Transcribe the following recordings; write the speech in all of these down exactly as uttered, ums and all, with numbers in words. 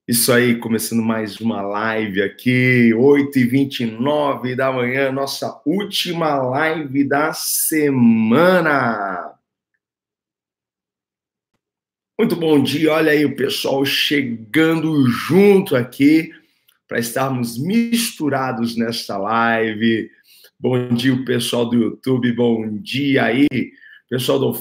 Isso aí, começando mais uma live aqui, oito e vinte e nove da manhã, nossa última live da semana. Muito bom dia, olha aí o pessoal chegando junto aqui para estarmos misturados nesta live. Bom dia, o pessoal do YouTube, bom dia aí, pessoal do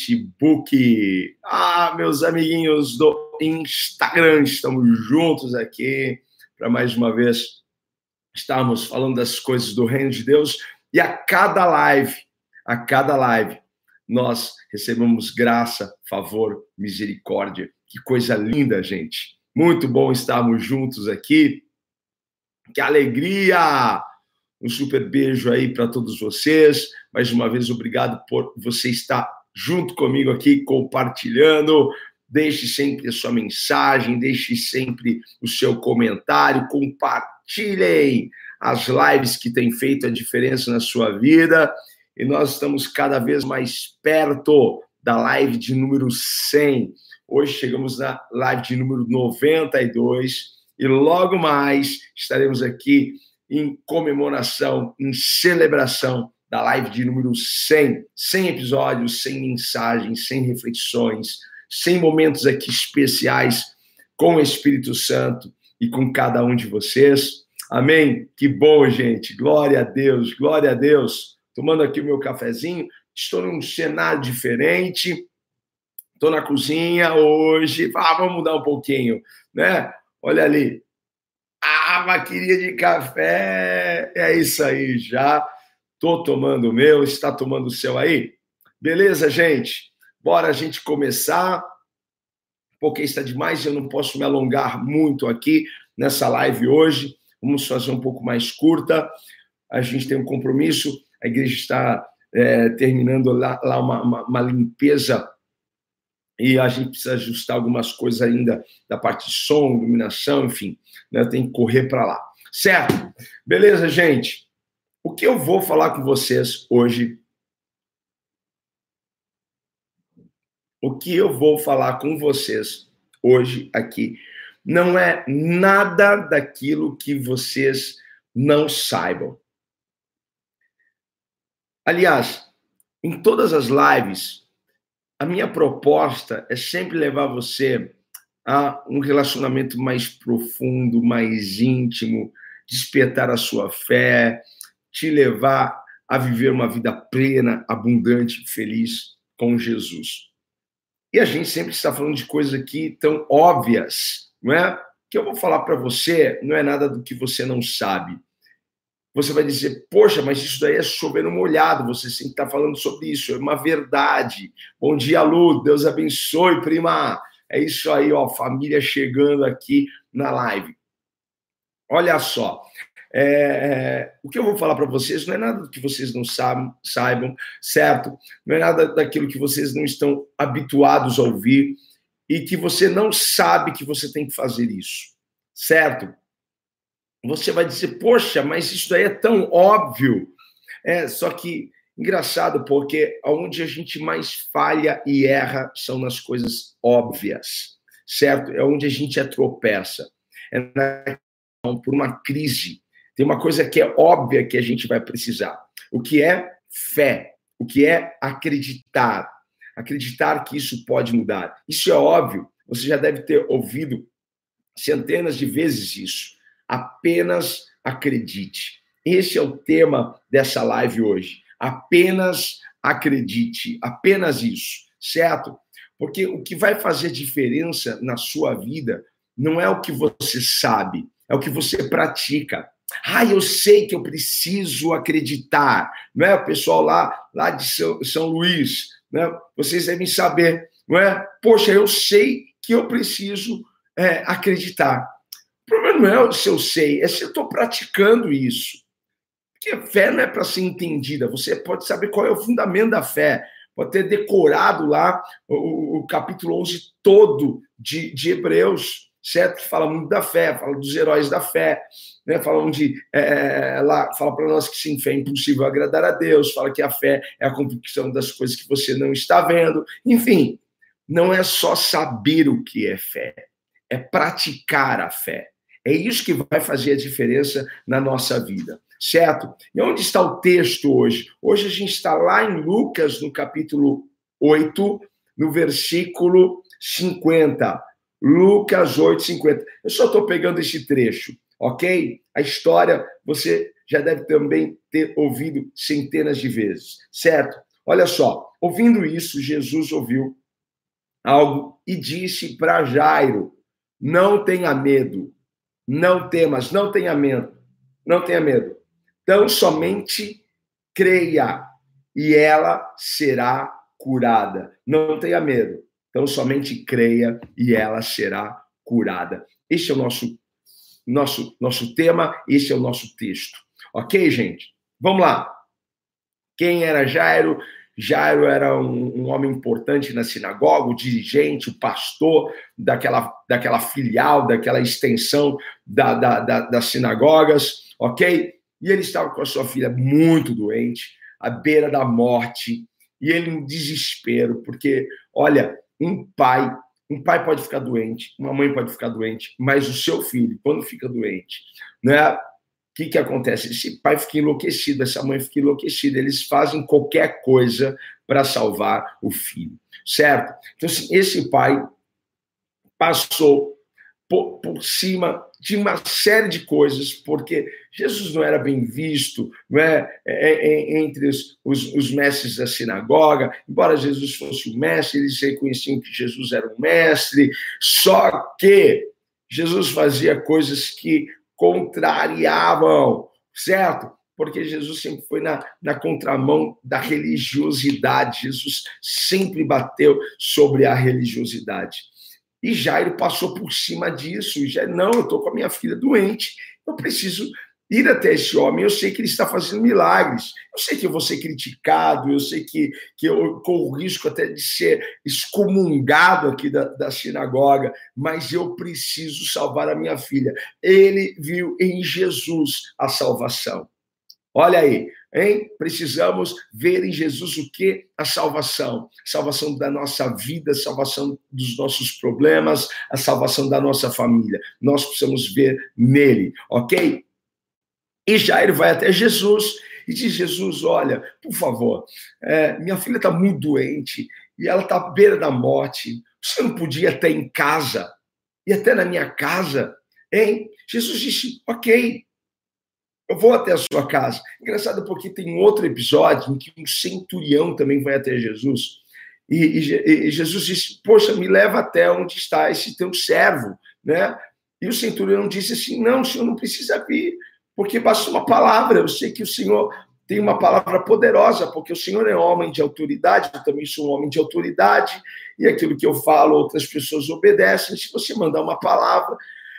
Facebook. Ah, meus amiguinhos do Instagram, estamos juntos aqui para mais uma vez estarmos falando das coisas do reino de Deus. E a cada live, a cada live, nós recebemos graça, favor, misericórdia. Que coisa linda, gente. Muito bom estarmos juntos aqui. Que alegria! Um super beijo aí para todos vocês. Mais uma vez, obrigado por você estar junto comigo aqui, compartilhando. Deixe sempre a sua mensagem, deixe sempre o seu comentário, compartilhem as lives que têm feito a diferença na sua vida. E nós estamos cada vez mais perto da live de número cem. Hoje chegamos na live de número noventa e dois e logo mais estaremos aqui em comemoração, em celebração da live de número cem. cem episódios, cem mensagens, cem reflexões, cem momentos aqui especiais com o Espírito Santo e com cada um de vocês. Amém? Que bom, gente. Glória a Deus, glória a Deus. Tomando aqui o meu cafezinho. Estou num cenário diferente. Estou na cozinha hoje. Ah, vamos mudar um pouquinho, né? Olha ali. Ah, maquininha de café. É isso aí, já. Estou tomando o meu. Está tomando o seu aí? Beleza, gente? Bora a gente começar. Porque está demais, eu não posso me alongar muito aqui nessa live hoje. Vamos fazer um pouco mais curta. A gente tem um compromisso. A igreja está é, terminando lá, lá uma, uma, uma limpeza e a gente precisa ajustar algumas coisas ainda da parte de som, iluminação, enfim, né? Tem que correr para lá. Certo? Beleza, gente? O que eu vou falar com vocês hoje? O que eu vou falar com vocês hoje aqui não é nada daquilo que vocês não saibam. Aliás, em todas as lives, a minha proposta é sempre levar você a um relacionamento mais profundo, mais íntimo, despertar a sua fé, te levar a viver uma vida plena, abundante, feliz com Jesus. E a gente sempre está falando de coisas aqui tão óbvias, não é? Que eu vou falar para você não é nada do que você não sabe. Você vai dizer, poxa, mas isso daí é chover no molhado, você sempre está falando sobre isso, é uma verdade. Bom dia, Lu, Deus abençoe, prima. É isso aí, ó, família chegando aqui na live. Olha só, é, é, o que eu vou falar para vocês não é nada do que vocês não sabem, saibam, certo? Não é nada daquilo que vocês não estão habituados a ouvir e que você não sabe que você tem que fazer isso, certo? Você vai dizer, poxa, mas isso daí é tão óbvio. É, só que, engraçado, porque onde a gente mais falha e erra são nas coisas óbvias, certo? É onde a gente é tropeça. É na, por uma crise. Tem uma coisa que é óbvia que a gente vai precisar. O que é fé? O que é acreditar? Acreditar que isso pode mudar. Isso é óbvio. Você já deve ter ouvido centenas de vezes isso. Apenas acredite. Esse é o tema dessa live hoje. Apenas acredite. Apenas isso, certo? Porque o que vai fazer diferença na sua vida não é o que você sabe, é o que você pratica. Ah, eu sei que eu preciso acreditar. Não é o pessoal lá, lá de São, São Luís, né? Vocês devem saber, não é? Poxa, eu sei que eu preciso é, acreditar. O problema não é se eu sei, é se eu estou praticando isso. Porque a fé não é para ser entendida. Você pode saber qual é o fundamento da fé. Pode ter decorado lá o, o capítulo onze todo de, de Hebreus, certo? Que fala muito da fé, fala dos heróis da fé, né? Fala onde é, lá, fala para nós que sem fé é impossível agradar a Deus, fala que a fé é a convicção das coisas que você não está vendo. Enfim, não é só saber o que é fé. é praticar a fé. É isso que vai fazer a diferença na nossa vida, certo? E onde está o texto hoje? Hoje a gente está lá em Lucas, no capítulo oito, no versículo cinquenta. Lucas oito, cinquenta. Eu só estou pegando esse trecho, ok? A história você já deve também ter ouvido centenas de vezes, certo? Olha só, ouvindo isso, Jesus ouviu algo e disse para Jairo: não tenha medo, não temas, não tenha medo, não tenha medo. Então somente creia e ela será curada. Não tenha medo. Então somente creia e ela será curada. Este é o nosso nosso nosso tema, esse é o nosso texto. OK, gente? Vamos lá. Quem era Jairo? Jairo era um, um homem importante na sinagoga, o dirigente, o pastor daquela, daquela filial, daquela extensão da, da, da, das sinagogas, ok? E ele estava com a sua filha muito doente, à beira da morte, e ele em desespero, porque, olha, um pai, um pai pode ficar doente, uma mãe pode ficar doente, mas o seu filho, quando fica doente, né? O que, que acontece? Esse pai fica enlouquecido, essa mãe fica enlouquecida, eles fazem qualquer coisa para salvar o filho, certo? Então, assim, esse pai passou por, por cima de uma série de coisas, porque Jesus não era bem visto, não é, é, é entre os, os, os mestres da sinagoga, embora Jesus fosse um mestre, eles reconheciam que Jesus era um mestre, só que Jesus fazia coisas que contrariavam, certo? Porque Jesus sempre foi na, na contramão da religiosidade. Jesus sempre bateu sobre a religiosidade. E Jairo passou por cima disso. E já, não, eu estou com a minha filha doente, eu preciso ir até esse homem, eu sei que ele está fazendo milagres, eu sei que eu vou ser criticado, eu sei que, que eu corro o risco até de ser excomungado aqui da, da sinagoga, mas eu preciso salvar a minha filha. Ele viu em Jesus a salvação. Olha aí, hein? Precisamos ver em Jesus o que? A salvação. Salvação da nossa vida, salvação dos nossos problemas, a salvação da nossa família. Nós precisamos ver nele, ok? E Jairo vai até Jesus e diz: Jesus, olha, por favor, é, minha filha está muito doente e ela está à beira da morte. Você não podia até em casa, e até na minha casa, hein? Jesus disse: ok, eu vou até a sua casa. Engraçado porque tem outro episódio em que um centurião também vai até Jesus. E, e, e Jesus disse: poxa, me leva até onde está esse teu servo, né? E o centurião disse assim: não, o senhor não precisa vir, porque basta uma palavra. Eu sei que o Senhor tem uma palavra poderosa, porque o Senhor é homem de autoridade, eu também sou um homem de autoridade, e aquilo que eu falo, outras pessoas obedecem. Se você mandar uma palavra,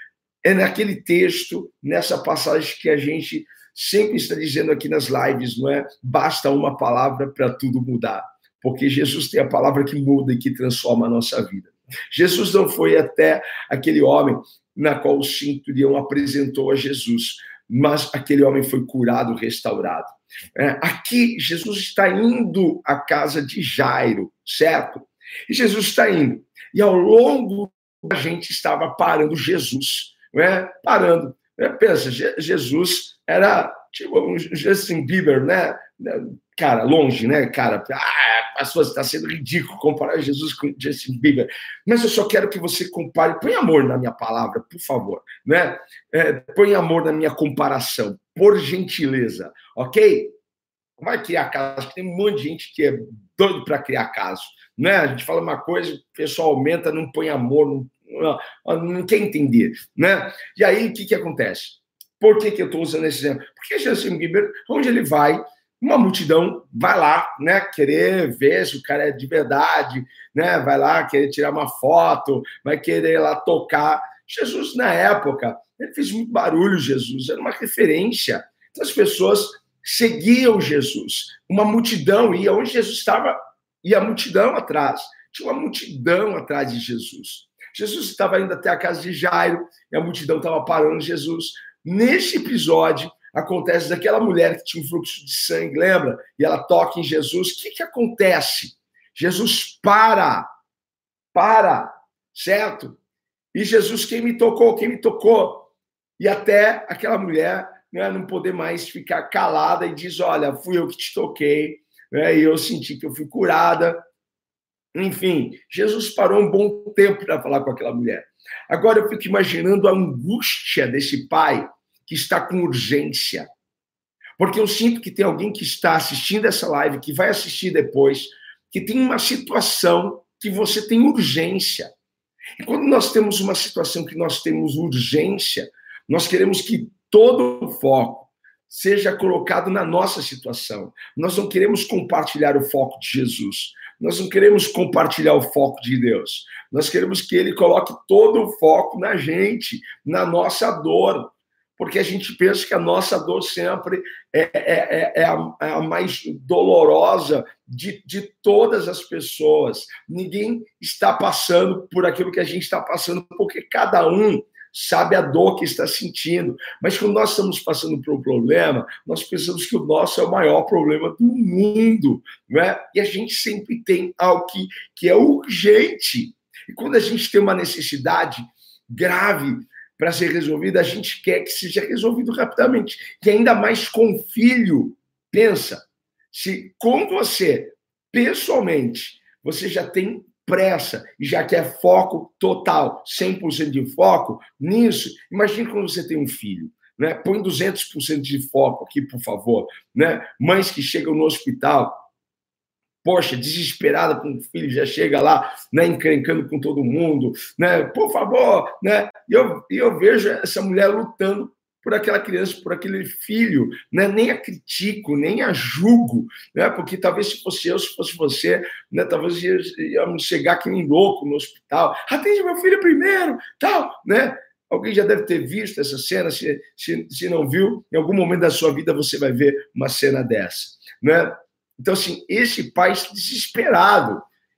é naquele texto, nessa passagem que a gente sempre está dizendo aqui nas lives, não é? Basta uma palavra para tudo mudar, porque Jesus tem a palavra que muda e que transforma a nossa vida. Jesus não foi até aquele homem na qual o centurião apresentou a Jesus, mas aquele homem foi curado, restaurado. É, aqui, Jesus está indo à casa de Jairo, certo? E Jesus está indo. E ao longo, a gente estava parando Jesus, né? Parando. É, pensa, Jesus era tipo um Justin Bieber, né? Cara, longe, né, cara? Ah, pastor, está sendo ridículo comparar Jesus com Justin Bieber. Mas eu só quero que você compare. Põe amor na minha palavra, por favor, né? É, põe amor na minha comparação, por gentileza, ok? Vai criar caso, tem um monte de gente que é doido para criar caso, né? A gente fala uma coisa, o pessoal aumenta, não põe amor, não, não, não quer entender, né? E aí, o que, que acontece? Por que, que eu estou usando esse exemplo? Porque Justin Bieber, onde ele vai, uma multidão vai lá, né, querer ver se o cara é de verdade, né, vai lá querer tirar uma foto, vai querer lá tocar. Jesus, na época, ele fez muito barulho, Jesus, era uma referência. Então, as pessoas seguiam Jesus. Uma multidão ia onde Jesus estava, e a multidão atrás. Tinha uma multidão atrás de Jesus. Jesus estava indo até a casa de Jairo, e a multidão estava parando Jesus. Nesse episódio, acontece daquela mulher que tinha um fluxo de sangue, lembra? E ela toca em Jesus. O que, que acontece? Jesus para, para, certo? E Jesus, quem me tocou? Quem me tocou? E até aquela mulher, né, não poder mais ficar calada e diz, olha, fui eu que te toquei, né, e eu senti que eu fui curada. Enfim, Jesus parou um bom tempo para falar com aquela mulher. Agora eu fico imaginando a angústia desse pai que está com urgência. Porque eu sinto que tem alguém que está assistindo essa live, que vai assistir depois, que tem uma situação que você tem urgência. E quando nós temos uma situação que nós temos urgência, nós queremos que todo o foco seja colocado na nossa situação. Nós não queremos compartilhar o foco de Jesus. Nós não queremos compartilhar o foco de Deus. Nós queremos que Ele coloque todo o foco na gente, na nossa dor. Porque a gente pensa que a nossa dor sempre é, é, é, a, é a mais dolorosa de, de todas as pessoas. Ninguém está passando por aquilo que a gente está passando, porque cada um sabe a dor que está sentindo. Mas quando nós estamos passando por um problema, nós pensamos que o nosso é o maior problema do mundo, não é? E a gente sempre tem algo que, que é urgente. E quando a gente tem uma necessidade grave para ser resolvida, a gente quer que seja resolvido rapidamente. E ainda mais com filho. Pensa, se com você, pessoalmente, você já tem pressa e já quer foco total, cem por cento de foco nisso, imagine quando você tem um filho, né? Põe duzentos por cento de foco aqui, por favor, né? Mães que chegam no hospital, poxa, desesperada com o filho, já chega lá, né, encrencando com todo mundo, né? Por favor, né? E eu, eu vejo essa mulher lutando por aquela criança, por aquele filho, né? Nem a critico, nem a julgo, né? Porque talvez se fosse eu, se fosse você, né? Talvez íamos chegar aqui nem louco no hospital, atende meu filho primeiro, tal, né? Alguém já deve ter visto essa cena, se, se, se não viu, em algum momento da sua vida você vai ver uma cena dessa, né? Então, assim, esse pai está desesperado.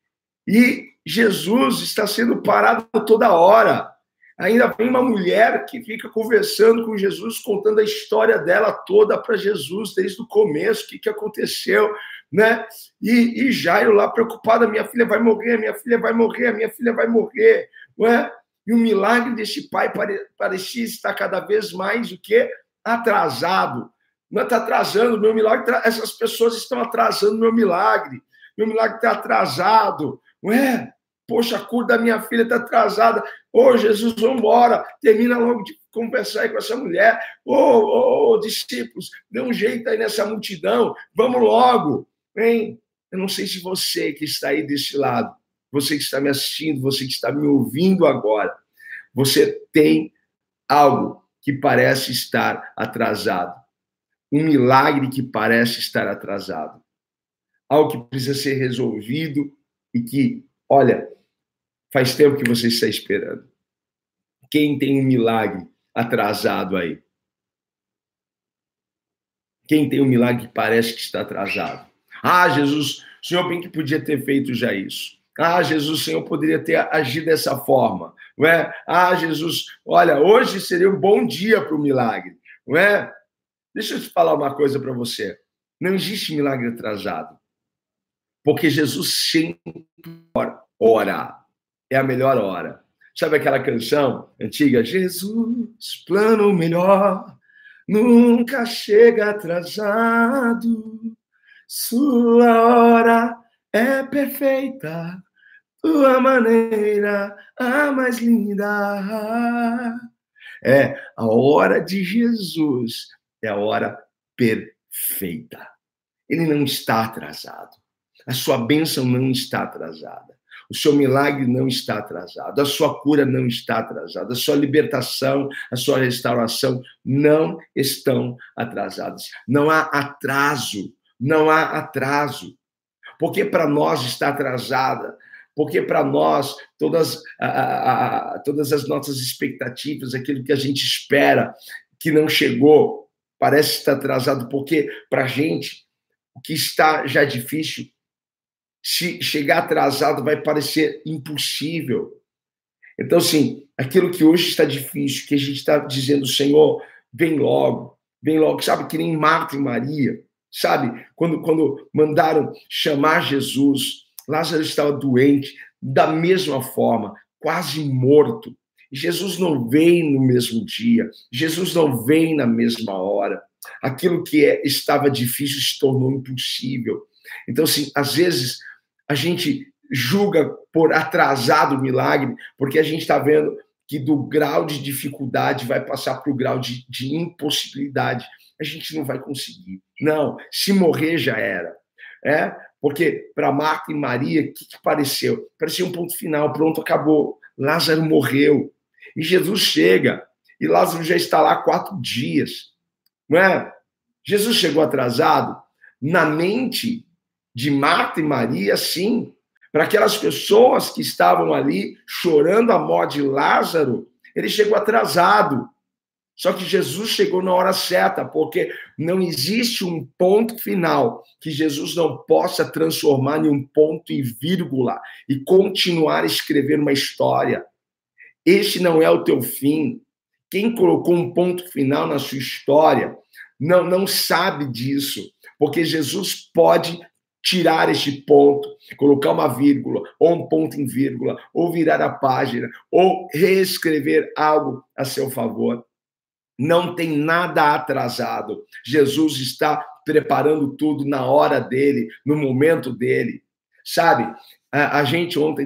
E Jesus está sendo parado toda hora. Ainda vem uma mulher que fica conversando com Jesus, contando a história dela toda para Jesus, desde o começo, o que, que aconteceu, né? E, e Jairo lá preocupado, minha filha vai morrer, minha filha vai morrer, minha filha vai morrer, não é? E o milagre desse pai pare, parecia estar cada vez mais o quê? Atrasado. Não está atrasando, meu milagre, essas pessoas estão atrasando meu milagre, meu milagre está atrasado, não é? Poxa, a cura da minha filha está atrasada. Ô, oh, Jesus, vamos embora. Termina logo de conversar aí com essa mulher. Ô, oh, oh, discípulos, dê um jeito aí nessa multidão. Vamos logo. Hein? Eu não sei se você que está aí desse lado, você que está me assistindo, você que está me ouvindo agora, você tem algo que parece estar atrasado. Um milagre que parece estar atrasado. Algo que precisa ser resolvido e que, olha, faz tempo que você está esperando. Quem tem um milagre atrasado aí? Quem tem um milagre que parece que está atrasado? Ah, Jesus, o Senhor bem que podia ter feito já isso. Ah, Jesus, o Senhor poderia ter agido dessa forma. Não é? Ah, Jesus, olha, hoje seria um bom dia para o milagre. Não é? Deixa eu te falar uma coisa para você. Não existe milagre atrasado. Porque Jesus sempre ora. É a melhor hora. Sabe aquela canção antiga? Jesus, plano melhor, nunca chega atrasado. Sua hora é perfeita, tua maneira a mais linda. É, a hora de Jesus é a hora perfeita. Ele não está atrasado. A sua bênção não está atrasada. O seu milagre não está atrasado. A sua cura não está atrasada. A sua libertação, a sua restauração não estão atrasadas. Não há atraso. Não há atraso. Porque para nós está atrasada. Porque para nós, todas, a, a, a, todas as nossas expectativas, aquilo que a gente espera, que não chegou, parece estar atrasado. Porque para a gente, o que está já difícil, se chegar atrasado vai parecer impossível. Então, assim, aquilo que hoje está difícil, que a gente está dizendo, Senhor, vem logo, vem logo, sabe, que nem Marta e Maria, sabe, quando, quando mandaram chamar Jesus, Lázaro estava doente, da mesma forma, quase morto. Jesus não vem no mesmo dia, Jesus não vem na mesma hora. Aquilo que é, estava difícil se tornou impossível. Então, assim, às vezes a gente julga por atrasado o milagre, porque a gente está vendo que do grau de dificuldade vai passar para o grau de, de impossibilidade. A gente não vai conseguir. Não, se morrer já era. É, porque para Marta e Maria, o que, que pareceu? Parecia um ponto final, pronto, acabou. Lázaro morreu. E Jesus chega, e Lázaro já está lá há quatro dias. Não é? Jesus chegou atrasado? Na mente de Marta e Maria, sim. Para aquelas pessoas que estavam ali chorando a morte de Lázaro, ele chegou atrasado. Só que Jesus chegou na hora certa, porque não existe um ponto final que Jesus não possa transformar em um ponto e vírgula e continuar a escrever uma história. Este não é o teu fim. Quem colocou um ponto final na sua história não, não sabe disso, porque Jesus pode tirar este ponto, colocar uma vírgula, ou um ponto em vírgula, ou virar a página, ou reescrever algo a seu favor. Não tem nada atrasado. Jesus está preparando tudo na hora dele, no momento dele. Sabe, a, a gente ontem